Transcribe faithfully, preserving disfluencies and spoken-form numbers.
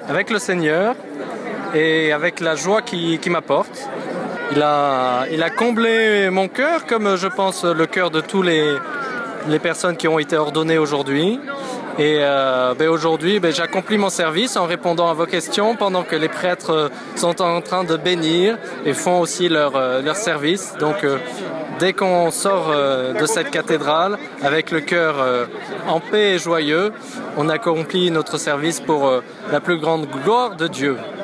avec le Seigneur et avec la joie qu'il qui m'apporte. Il a, il a comblé mon cœur, comme je pense le cœur de tous les, les personnes qui ont été ordonnées aujourd'hui. Et euh, ben aujourd'hui, ben j'accomplis mon service en répondant à vos questions pendant que les prêtres sont en train de bénir et font aussi leur, euh, leur service. Donc euh, dès qu'on sort euh, de cette cathédrale avec le cœur euh, en paix et joyeux, on accomplit notre service pour euh, la plus grande gloire de Dieu.